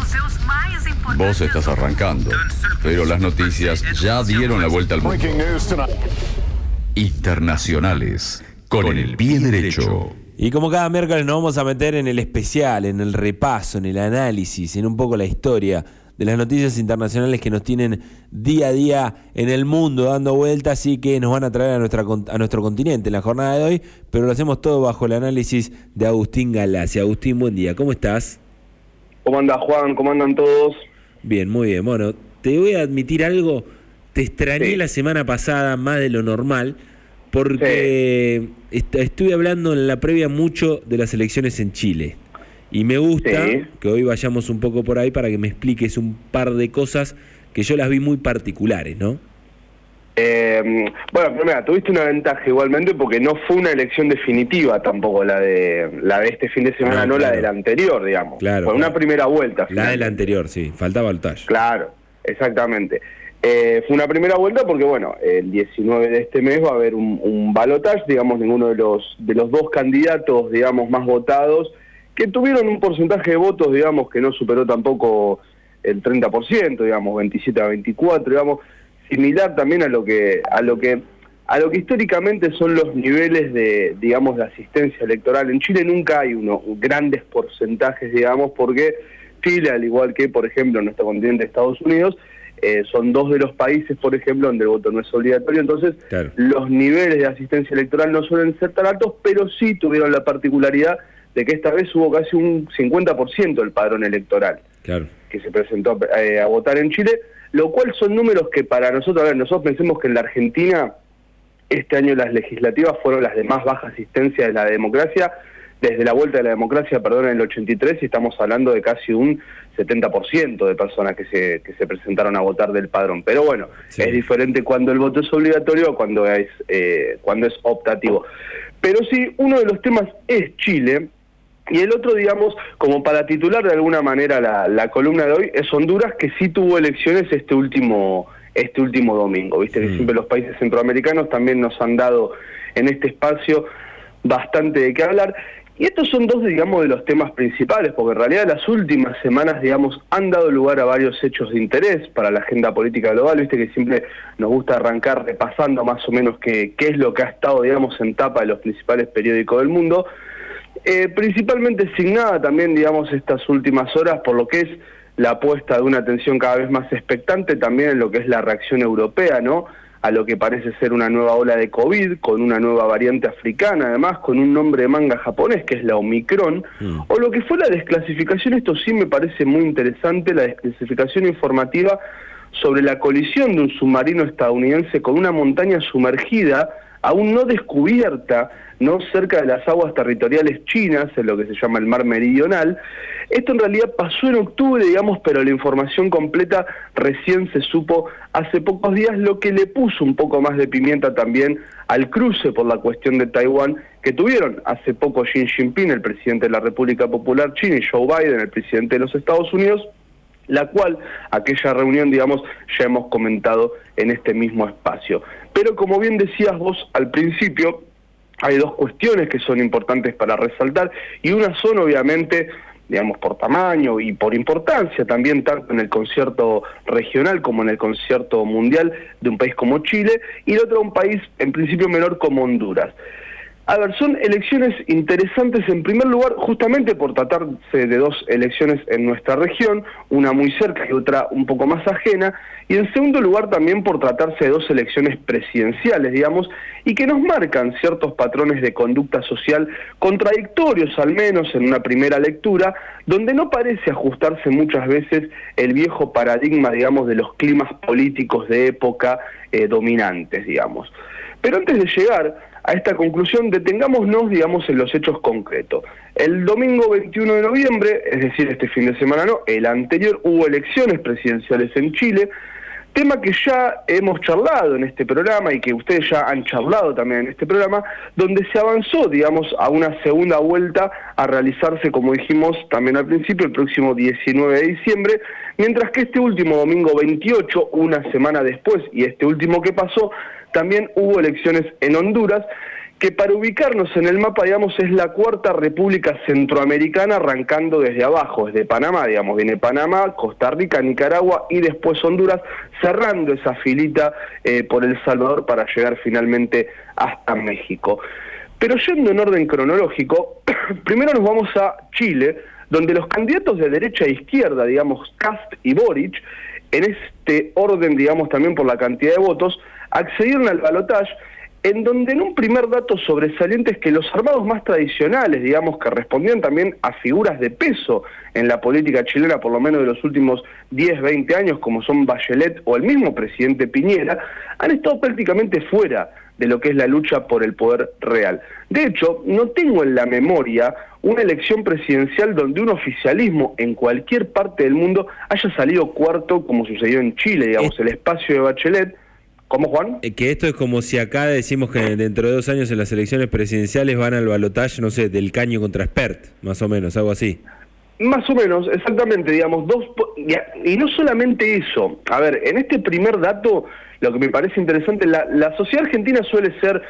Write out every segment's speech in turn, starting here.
Vos estás arrancando, pero las noticias ya dieron la vuelta al mundo. Internacionales, con el pie derecho. Y como cada miércoles nos vamos a meter en el especial, en el repaso, en el análisis, en un poco la historia de las noticias internacionales que nos tienen día a día en el mundo dando vueltas y que nos van a traer a nuestro continente en la jornada de hoy, pero lo hacemos todo bajo el análisis de Agustín Galacia. Agustín, buen día, ¿cómo estás? ¿Cómo anda Juan? ¿Cómo andan todos? Bien, muy bien. Bueno, te voy a admitir algo, te extrañé la semana pasada más de lo normal, porque estuve hablando en la previa mucho de las elecciones en Chile. Y me gusta que hoy vayamos un poco por ahí para que me expliques un par de cosas que yo las vi muy particulares, ¿no? Bueno, pero mira, tuviste una ventaja igualmente porque no fue una elección definitiva tampoco la de este fin de semana, no la de la anterior, digamos. Claro, fue una primera vuelta. La de la anterior, sí, faltaba balotaje. Claro, exactamente. Fue una primera vuelta porque, bueno, el 19 de este mes va a haber un balotaje, digamos, ninguno de los dos candidatos, digamos, más votados, que tuvieron un porcentaje de votos, digamos, que no superó tampoco el 30%, digamos, 27 a 24, digamos, similar también a lo que históricamente son los niveles de, digamos, de asistencia electoral. En Chile nunca hay grandes porcentajes, digamos, porque Chile, al igual que, por ejemplo, nuestro continente Estados Unidos, son dos de los países, por ejemplo, donde el voto no es obligatorio, entonces los niveles de asistencia electoral no suelen ser tan altos, pero sí tuvieron la particularidad de que esta vez hubo casi un 50% del padrón electoral que se presentó a votar en Chile, lo cual son números que para nosotros, nosotros pensemos que en la Argentina este año las legislativas fueron las de más baja asistencia de la democracia, desde la vuelta de la democracia, en el 83, y estamos hablando de casi un 70% de personas que se presentaron a votar del padrón. Pero bueno, es diferente cuando el voto es obligatorio o cuando es optativo. Pero sí, uno de los temas es Chile, y el otro, digamos, como para titular de alguna manera la columna de hoy, es Honduras, que sí tuvo elecciones este último domingo. Viste que siempre los países centroamericanos también nos han dado en este espacio bastante de qué hablar. Y estos son dos, digamos, de los temas principales, porque en realidad las últimas semanas, digamos, han dado lugar a varios hechos de interés para la agenda política global. Viste que siempre nos gusta arrancar repasando más o menos qué es lo que ha estado, digamos, en tapa de los principales periódicos del mundo. Principalmente signada también, digamos, estas últimas horas por lo que es la apuesta de una atención cada vez más expectante también en lo que es la reacción europea, ¿no?, a lo que parece ser una nueva ola de COVID, con una nueva variante africana, además, con un nombre de manga japonés, que es la Omicron, o lo que fue la desclasificación, esto sí me parece muy interesante, la desclasificación informativa sobre la colisión de un submarino estadounidense con una montaña sumergida, aún no descubierta, no cerca de las aguas territoriales chinas, en lo que se llama el Mar Meridional. Esto en realidad pasó en octubre, digamos, pero la información completa recién se supo hace pocos días, lo que le puso un poco más de pimienta también al cruce por la cuestión de Taiwán que tuvieron hace poco Xi Jinping, el presidente de la República Popular China, y Joe Biden, el presidente de los Estados Unidos, la cual, aquella reunión, digamos, ya hemos comentado en este mismo espacio. Pero como bien decías vos al principio, hay dos cuestiones que son importantes para resaltar, y una son obviamente, digamos, por tamaño y por importancia también, tanto en el concierto regional como en el concierto mundial de un país como Chile, y el otro un país en principio menor como Honduras. A ver, son elecciones interesantes en primer lugar, justamente por tratarse de dos elecciones en nuestra región, una muy cerca y otra un poco más ajena, y en segundo lugar también por tratarse de dos elecciones presidenciales, digamos, y que nos marcan ciertos patrones de conducta social contradictorios, al menos en una primera lectura, donde no parece ajustarse muchas veces el viejo paradigma, digamos, de los climas políticos de época dominantes, digamos. Pero antes de llegar a esta conclusión, detengámonos, digamos, en los hechos concretos. El domingo 21 de noviembre, es decir, este fin de semana no, el anterior, hubo elecciones presidenciales en Chile, tema que ya hemos charlado en este programa y que ustedes ya han charlado también en este programa, donde se avanzó, digamos, a una segunda vuelta a realizarse, como dijimos también al principio, el próximo 19 de diciembre, mientras que este último domingo 28, una semana después, y este último que pasó, también hubo elecciones en Honduras, que para ubicarnos en el mapa, digamos, es la cuarta república centroamericana arrancando desde abajo, desde Panamá, digamos, viene Panamá, Costa Rica, Nicaragua y después Honduras, cerrando esa filita por El Salvador para llegar finalmente hasta México. Pero yendo en orden cronológico, primero nos vamos a Chile, donde los candidatos de derecha e izquierda, digamos, Kast y Boric, en este orden, digamos, también por la cantidad de votos, accedieron al balotaje, en donde en un primer dato sobresaliente es que los armados más tradicionales, digamos, que respondían también a figuras de peso en la política chilena, por lo menos de los últimos 10, 20 años, como son Bachelet o el mismo presidente Piñera, han estado prácticamente fuera de lo que es la lucha por el poder real. De hecho, no tengo en la memoria una elección presidencial donde un oficialismo en cualquier parte del mundo haya salido cuarto, como sucedió en Chile, digamos, el espacio de Bachelet. ¿Cómo, Juan? Que esto es como si acá decimos que dentro de 2 años en las elecciones presidenciales van al balotaje, no sé, del Caño contra Espert, más o menos, algo así. Más o menos, exactamente, digamos, y no solamente eso. A ver, en este primer dato, lo que me parece interesante, la sociedad argentina suele ser,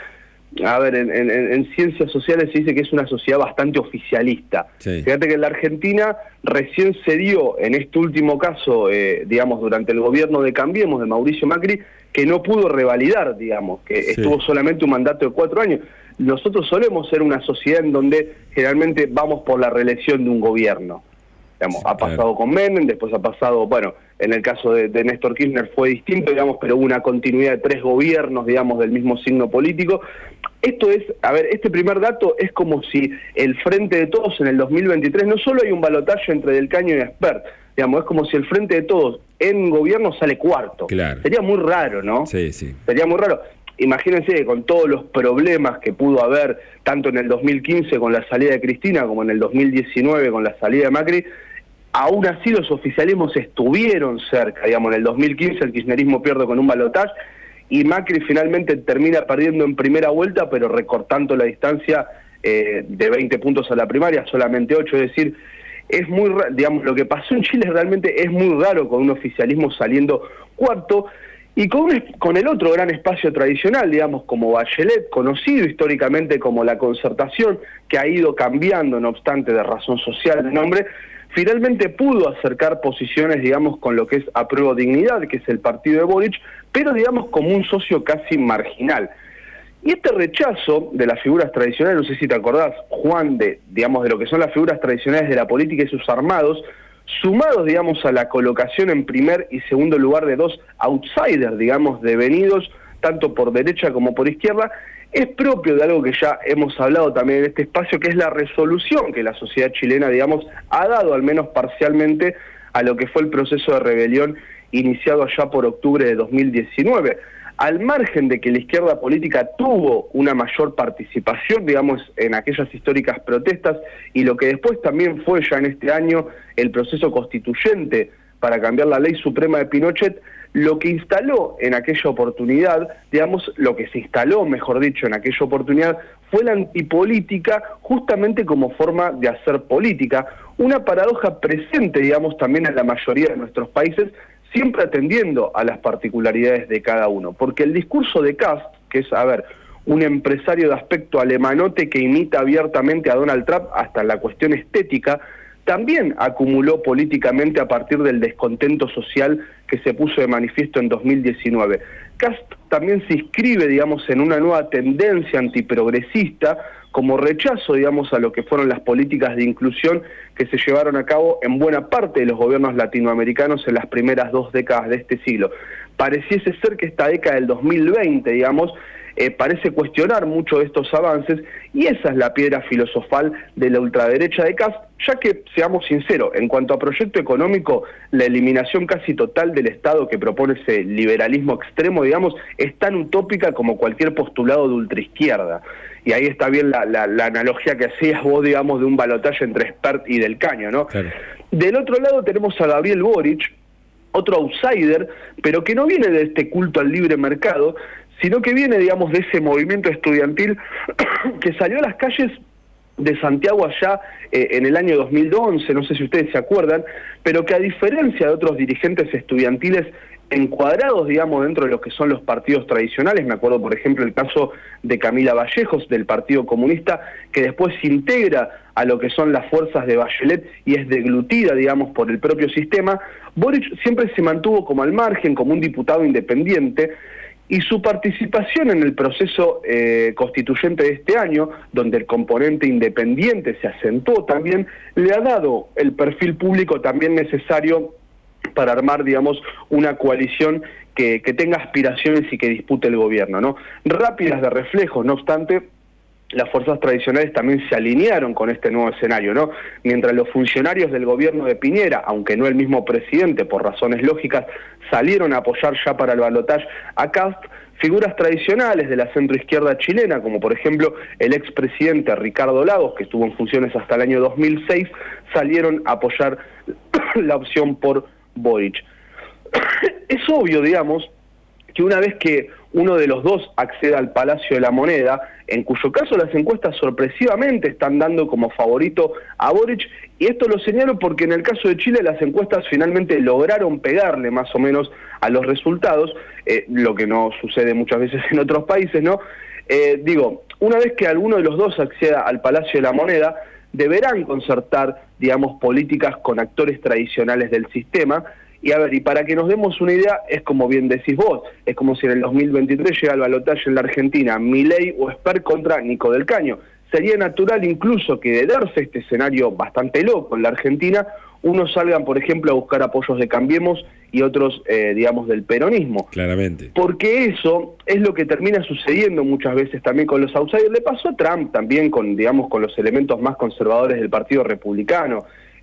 a ver, en ciencias sociales se dice que es una sociedad bastante oficialista. Sí. Fíjate que en la Argentina recién se dio, en este último caso, digamos, durante el gobierno de Cambiemos, de Mauricio Macri, que no pudo revalidar, digamos, que sí, estuvo solamente un mandato de 4 años. Nosotros solemos ser una sociedad en donde generalmente vamos por la reelección de un gobierno. Digamos, ha pasado con Menem, después ha pasado, bueno, en el caso de Néstor Kirchner fue distinto, digamos, pero hubo una continuidad de 3 gobiernos, digamos, del mismo signo político. Esto es, a ver, este primer dato es como si el Frente de Todos en el 2023, no solo hay un balotaje entre Del Caño y Espert, digamos, es como si el Frente de Todos en gobierno sale cuarto. Claro. Sería muy raro, ¿no? Sí, sí. Sería muy raro. Imagínense que con todos los problemas que pudo haber, tanto en el 2015 con la salida de Cristina, como en el 2019 con la salida de Macri, aún así los oficialismos estuvieron cerca. Digamos, en el 2015 el kirchnerismo pierde con un balotaje y Macri finalmente termina perdiendo en primera vuelta, pero recortando la distancia de 20 puntos a la primaria, solamente 8, es decir, es muy, digamos, lo que pasó en Chile realmente es muy raro, con un oficialismo saliendo cuarto, y con el otro gran espacio tradicional, digamos, como Bachelet, conocido históricamente como la Concertación, que ha ido cambiando, no obstante, de razón social de nombre, finalmente pudo acercar posiciones, digamos, con lo que es Apruebo Dignidad, que es el partido de Boric, pero, digamos, como un socio casi marginal. Y este rechazo de las figuras tradicionales, no sé si te acordás, Juan, digamos, de lo que son las figuras tradicionales de la política y sus armados, sumados, digamos, a la colocación en primer y segundo lugar de 2 outsiders, digamos, devenidos tanto por derecha como por izquierda, es propio de algo que ya hemos hablado también en este espacio, que es la resolución que la sociedad chilena, digamos, ha dado al menos parcialmente a lo que fue el proceso de rebelión iniciado allá por octubre de 2019. Al margen de que la izquierda política tuvo una mayor participación, digamos, en aquellas históricas protestas, y lo que después también fue ya en este año el proceso constituyente para cambiar la ley suprema de Pinochet, lo que instaló en aquella oportunidad, digamos, lo que se instaló, mejor dicho, en aquella oportunidad, fue la antipolítica justamente como forma de hacer política, una paradoja presente, digamos, también en la mayoría de nuestros países, siempre atendiendo a las particularidades de cada uno, porque el discurso de Kast, que es, a ver, un empresario de aspecto alemanote que imita abiertamente a Donald Trump hasta en la cuestión estética, también acumuló políticamente a partir del descontento social que se puso de manifiesto en 2019. Kast también se inscribe, digamos, en una nueva tendencia antiprogresista, como rechazo, digamos, a lo que fueron las políticas de inclusión que se llevaron a cabo en buena parte de los gobiernos latinoamericanos en las primeras 2 décadas de este siglo. Pareciese ser que esta década del 2020, digamos, parece cuestionar mucho de estos avances, y esa es la piedra filosofal de la ultraderecha de Kast, ya que, seamos sinceros, en cuanto a proyecto económico, la eliminación casi total del Estado que propone ese liberalismo extremo, digamos, es tan utópica como cualquier postulado de ultraizquierda. Y ahí está bien la analogía que hacías vos, digamos, de un balotaje entre Espert y Del Caño, ¿no? Claro. Del otro lado tenemos a Gabriel Boric, otro outsider, pero que no viene de este culto al libre mercado, sino que viene, digamos, de ese movimiento estudiantil que salió a las calles de Santiago allá en el año 2011, no sé si ustedes se acuerdan, pero que a diferencia de otros dirigentes estudiantiles encuadrados, digamos, dentro de lo que son los partidos tradicionales. Me acuerdo, por ejemplo, el caso de Camila Vallejos, del Partido Comunista, que después se integra a lo que son las fuerzas de Bachelet y es deglutida, digamos, por el propio sistema. Boric siempre se mantuvo como al margen, como un diputado independiente, y su participación en el proceso constituyente de este año, donde el componente independiente se acentuó también, le ha dado el perfil público también necesario para armar, digamos, una coalición que tenga aspiraciones y que dispute el gobierno, ¿no? Rápidas de reflejos, no obstante, las fuerzas tradicionales también se alinearon con este nuevo escenario, ¿no? Mientras los funcionarios del gobierno de Piñera, aunque no el mismo presidente, por razones lógicas, salieron a apoyar ya para el balotaje a Kast, figuras tradicionales de la centroizquierda chilena, como por ejemplo el expresidente Ricardo Lagos, que estuvo en funciones hasta el año 2006, salieron a apoyar la opción por Boric. Es obvio, digamos, que una vez que uno de los dos acceda al Palacio de la Moneda, en cuyo caso las encuestas sorpresivamente están dando como favorito a Boric, y esto lo señalo porque en el caso de Chile las encuestas finalmente lograron pegarle más o menos a los resultados, lo que no sucede muchas veces en otros países, ¿no? Digo, una vez que alguno de los dos acceda al Palacio de la Moneda, deberán concertar, digamos, políticas con actores tradicionales del sistema. Y a ver, y para que nos demos una idea, es como bien decís vos, es como si en el 2023 llega el balotaje en la Argentina, Milei o Esper contra Nico del Caño. Sería natural incluso que de darse este escenario bastante loco en la Argentina, unos salgan, por ejemplo, a buscar apoyos de Cambiemos y otros, digamos, del peronismo. Claramente. Porque eso es lo que termina sucediendo muchas veces también con los outsiders. Le pasó a Trump también con, digamos, con los elementos más conservadores del Partido Republicano.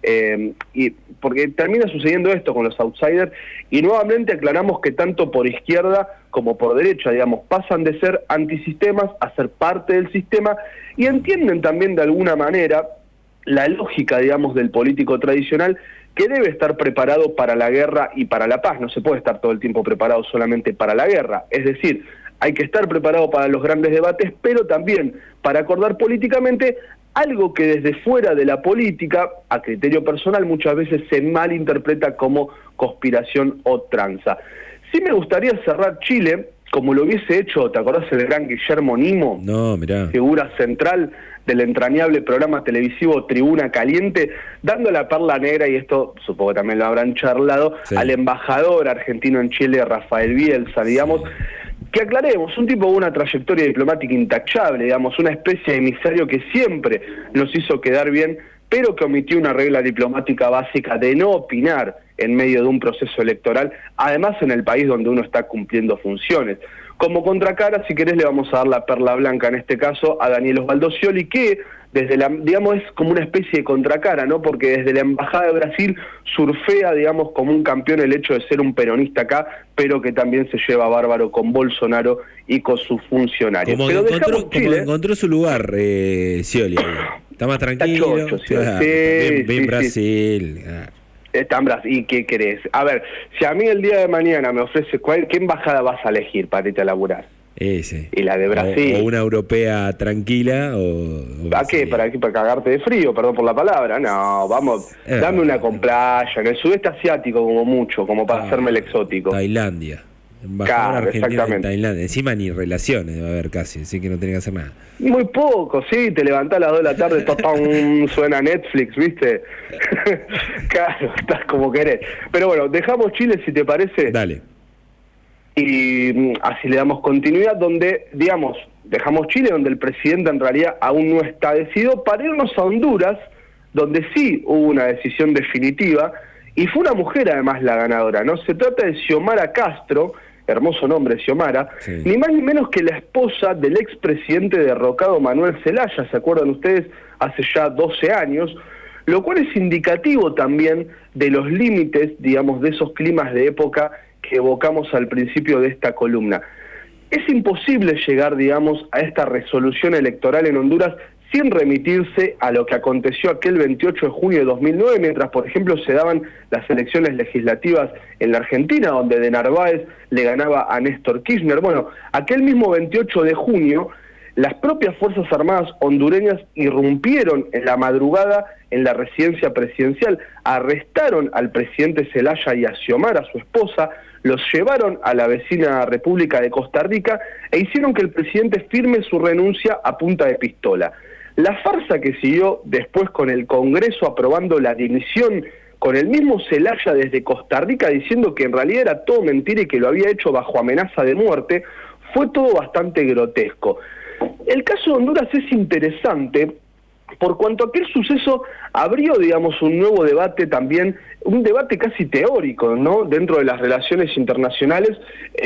Y porque termina sucediendo esto con los outsiders, y nuevamente aclaramos que tanto por izquierda como por derecha, digamos, pasan de ser antisistemas a ser parte del sistema, y entienden también de alguna manera la lógica, digamos, del político tradicional, que debe estar preparado para la guerra y para la paz. No se puede estar todo el tiempo preparado solamente para la guerra, es decir, hay que estar preparado para los grandes debates, pero también para acordar políticamente algo que desde fuera de la política, a criterio personal, muchas veces se malinterpreta como conspiración o tranza. Sí me gustaría cerrar Chile, como lo hubiese hecho, ¿te acordás el gran Guillermo Nimo? No, mirá. Figura central del entrañable programa televisivo Tribuna Caliente, dando la perla negra, y esto supongo que también lo habrán charlado, sí, al embajador argentino en Chile, Rafael Bielsa, digamos, que aclaremos, un tipo con una trayectoria diplomática intachable, digamos, una especie de emisario que siempre nos hizo quedar bien, pero que omitió una regla diplomática básica de no opinar en medio de un proceso electoral, además en el país donde uno está cumpliendo funciones. Como contracara, si querés, le vamos a dar la perla blanca, en este caso, a Daniel Osvaldo Scioli, que desde la, digamos, es como una especie de contracara, ¿no? Porque desde la Embajada de Brasil surfea, digamos, como un campeón el hecho de ser un peronista acá, pero que también se lleva bárbaro con Bolsonaro y con sus funcionarios. Como, pero como encontró su lugar, Scioli. Está más tranquilo. Está chocho, sí, claro, sí, bien sí, Brasil. Sí. Está en Brasil. ¿Y qué querés? A ver, si a mí el día de mañana me ofrece, ¿qué embajada vas a elegir para irte a laburar? Ese. Y la de Brasil. O una europea tranquila ¿A qué? ¿Para cagarte de frío? Perdón por la palabra. No, vamos, dame una con playa, en el sudeste asiático como mucho, como para hacerme el exótico. Tailandia. Embajador argentina en Tailandia. Encima ni relaciones debe haber casi, así que no tiene que hacer nada. Muy poco, sí, te levantás a las 2 de la tarde, suena Netflix, ¿viste? Claro, estás como querés. Pero bueno, dejamos Chile, si te parece. Dale. Y así le damos continuidad, donde, digamos, dejamos Chile, donde el presidente en realidad aún no está decidido, para irnos a Honduras, donde sí hubo una decisión definitiva, y fue una mujer además la ganadora, ¿no? Se trata de Xiomara Castro, hermoso nombre, Xiomara, sí, ni más ni menos que la esposa del expresidente derrocado Manuel Zelaya, ¿se acuerdan ustedes? Hace ya 12 años, lo cual es indicativo también de los límites, digamos, de esos climas de época que evocamos al principio de esta columna. Es imposible llegar, digamos, a esta resolución electoral en Honduras sin remitirse a lo que aconteció aquel 28 de junio de 2009, mientras, por ejemplo, se daban las elecciones legislativas en la Argentina, donde de Narváez le ganaba a Néstor Kirchner. Bueno, aquel mismo 28 de junio, las propias Fuerzas Armadas hondureñas irrumpieron en la madrugada en la residencia presidencial, arrestaron al presidente Zelaya y a Xiomara, su esposa, los llevaron a la vecina República de Costa Rica e hicieron que el presidente firme su renuncia a punta de pistola. La farsa que siguió después con el Congreso aprobando la dimisión, con el mismo Zelaya desde Costa Rica diciendo que en realidad era todo mentira y que lo había hecho bajo amenaza de muerte, fue todo bastante grotesco. El caso de Honduras es interesante por cuanto aquel suceso abrió, digamos, un nuevo debate también, un debate casi teórico, ¿no?, dentro de las relaciones internacionales,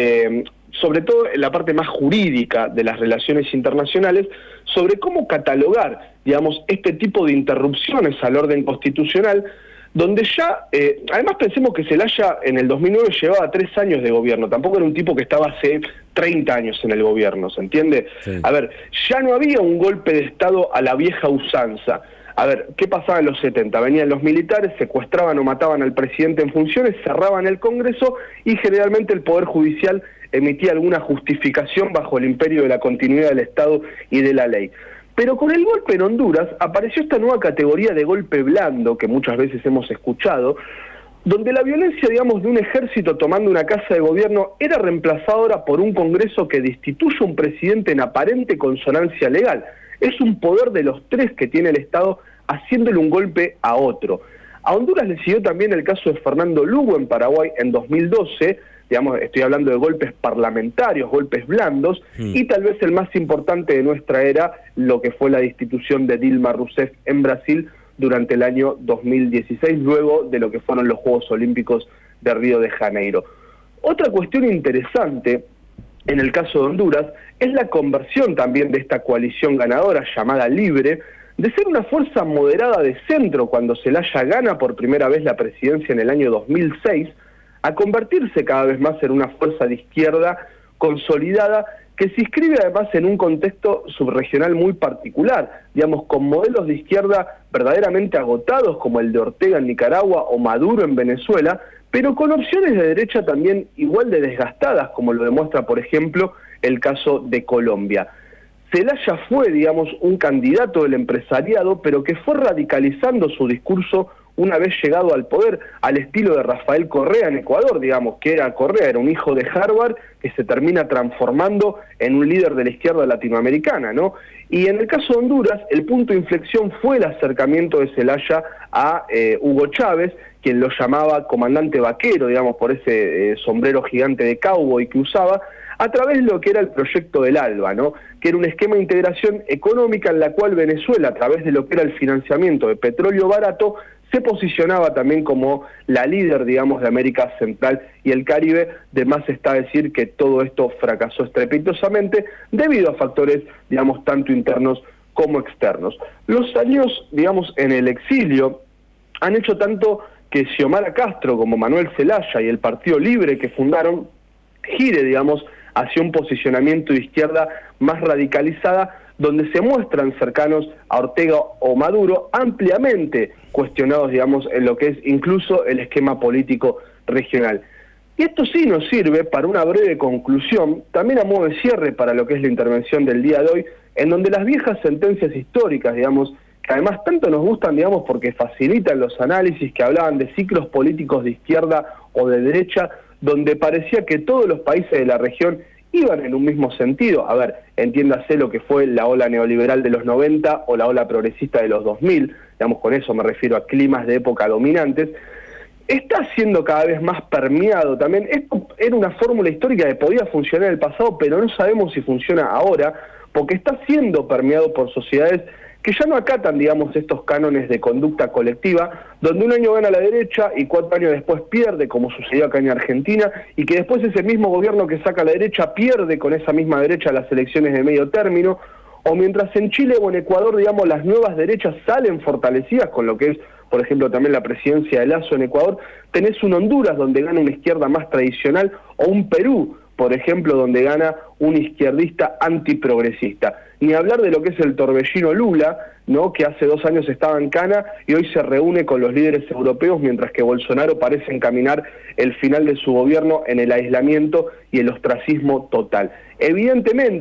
sobre todo en la parte más jurídica de las relaciones internacionales, sobre cómo catalogar, digamos, este tipo de interrupciones al orden constitucional, donde ya, además pensemos que Zelaya en el 2009 llevaba 3 años de gobierno, tampoco era un tipo que estaba hace 30 años en el gobierno, ¿se entiende? Sí. A ver, ya no había un golpe de Estado a la vieja usanza. A ver, ¿qué pasaba en los 70? Venían los militares, secuestraban o mataban al presidente en funciones, cerraban el Congreso y generalmente el Poder Judicial emitía alguna justificación bajo el imperio de la continuidad del Estado y de la ley. Pero con el golpe en Honduras apareció esta nueva categoría de golpe blando que muchas veces hemos escuchado, donde la violencia, digamos, de un ejército tomando una casa de gobierno era reemplazada ahora por un Congreso que destituye a un presidente en aparente consonancia legal. Es un poder de los 3 que tiene el Estado haciéndole un golpe a otro. A Honduras le siguió también el caso de Fernando Lugo en Paraguay en 2012, digamos, estoy hablando de golpes parlamentarios, golpes blandos, y tal vez el más importante de nuestra era, lo que fue la destitución de Dilma Rousseff en Brasil durante el año 2016, luego de lo que fueron los Juegos Olímpicos de Río de Janeiro. Otra cuestión interesante en el caso de Honduras es la conversión también de esta coalición ganadora llamada Libre, de ser una fuerza moderada de centro cuando Zelaya gana por primera vez la presidencia en el año 2006, a convertirse cada vez más en una fuerza de izquierda consolidada que se inscribe además en un contexto subregional muy particular, digamos, con modelos de izquierda verdaderamente agotados como el de Ortega en Nicaragua o Maduro en Venezuela, pero con opciones de derecha también igual de desgastadas, como lo demuestra, por ejemplo, el caso de Colombia. Zelaya fue, digamos, un candidato del empresariado, pero que fue radicalizando su discurso una vez llegado al poder, al estilo de Rafael Correa en Ecuador, digamos, que era Correa, era un hijo de Harvard que se termina transformando en un líder de la izquierda latinoamericana, ¿no? Y en el caso de Honduras, el punto de inflexión fue el acercamiento de Zelaya a Hugo Chávez, quien lo llamaba comandante vaquero, digamos, por ese sombrero gigante de cowboy que usaba, a través de lo que era el proyecto del ALBA, ¿no?, que era un esquema de integración económica en la cual Venezuela, a través de lo que era el financiamiento de petróleo barato, se posicionaba también como la líder, digamos, de América Central y el Caribe. De más está decir que todo esto fracasó estrepitosamente debido a factores, digamos, tanto internos como externos. Los años, digamos, en el exilio han hecho tanto que Xiomara Castro como Manuel Zelaya y el Partido Libre que fundaron gire, digamos, hacia un posicionamiento de izquierda más radicalizada, donde se muestran cercanos a Ortega o Maduro, ampliamente cuestionados, digamos, en lo que es incluso el esquema político regional. Y esto sí nos sirve para una breve conclusión, también a modo de cierre para lo que es la intervención del día de hoy, en donde las viejas sentencias históricas, digamos, que además tanto nos gustan, digamos, porque facilitan los análisis, que hablaban de ciclos políticos de izquierda o de derecha, donde parecía que todos los países de la región iban en un mismo sentido. A ver, entiéndase lo que fue la ola neoliberal de los 90 o la ola progresista de los 2000, digamos, con eso me refiero a climas de época dominantes, está siendo cada vez más permeado también. Esto era una fórmula histórica que podía funcionar en el pasado, pero no sabemos si funciona ahora, porque está siendo permeado por sociedades que ya no acatan, digamos, estos cánones de conducta colectiva, donde un año gana la derecha y 4 años después pierde, como sucedió acá en Argentina, y que después ese mismo gobierno que saca la derecha pierde con esa misma derecha las elecciones de medio término, o mientras en Chile o en Ecuador, digamos, las nuevas derechas salen fortalecidas con lo que es, por ejemplo, también la presidencia de Lasso en Ecuador, tenés un Honduras donde gana una izquierda más tradicional, o un Perú, por ejemplo, donde gana un izquierdista antiprogresista. Ni hablar de lo que es el torbellino Lula, ¿no?, que hace 2 años estaba en Cana y hoy se reúne con los líderes europeos, mientras que Bolsonaro parece encaminar el final de su gobierno en el aislamiento y el ostracismo total. Evidentemente,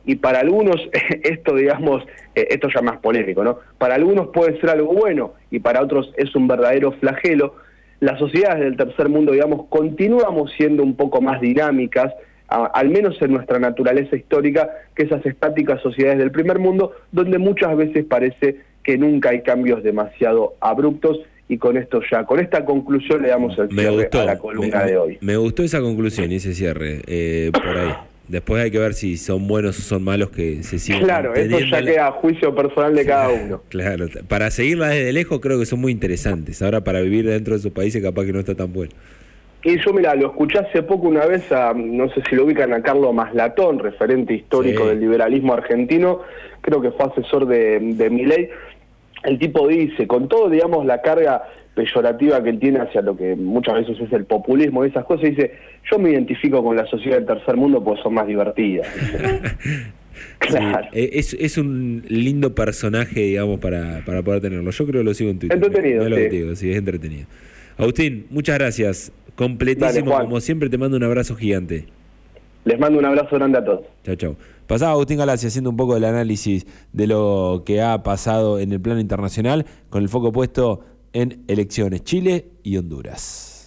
y para algunos esto, digamos, esto ya más polémico, ¿no? Para algunos puede ser algo bueno y para otros es un verdadero flagelo. Las sociedades del tercer mundo, digamos, continuamos siendo un poco más dinámicas, al menos en nuestra naturaleza histórica, que esas estáticas sociedades del primer mundo, donde muchas veces parece que nunca hay cambios demasiado abruptos. Y con esto ya, con esta conclusión le damos el cierre a la columna de hoy. Me gustó esa conclusión y ese cierre, por ahí. Después hay que ver si son buenos o son malos que se siguen. Claro, esto ya queda a juicio personal de cada uno. Claro, para seguirla desde lejos creo que son muy interesantes. Ahora para vivir dentro de esos países capaz que no está tan bueno. Y yo, mira, lo escuché hace poco una vez, no sé si lo ubican, a Carlos Maslatón, referente histórico del liberalismo argentino, creo que fue asesor de Milei. El tipo dice, con todo, digamos, la carga peyorativa que él tiene hacia lo que muchas veces es el populismo y esas cosas, dice, yo me identifico con la sociedad del tercer mundo porque son más divertidas. Claro. Sí, es un lindo personaje, digamos, para poder tenerlo. Yo creo que lo sigo en Twitter. Entretenido, sí. Lo que digo, sí, es entretenido. Agustín, muchas gracias. Completísimo, dale, como siempre, te mando un abrazo gigante. Les mando un abrazo grande a todos. Chau, chau. Pasaba Agustín Galassi haciendo un poco del análisis de lo que ha pasado en el plano internacional, con el foco puesto en elecciones Chile y Honduras.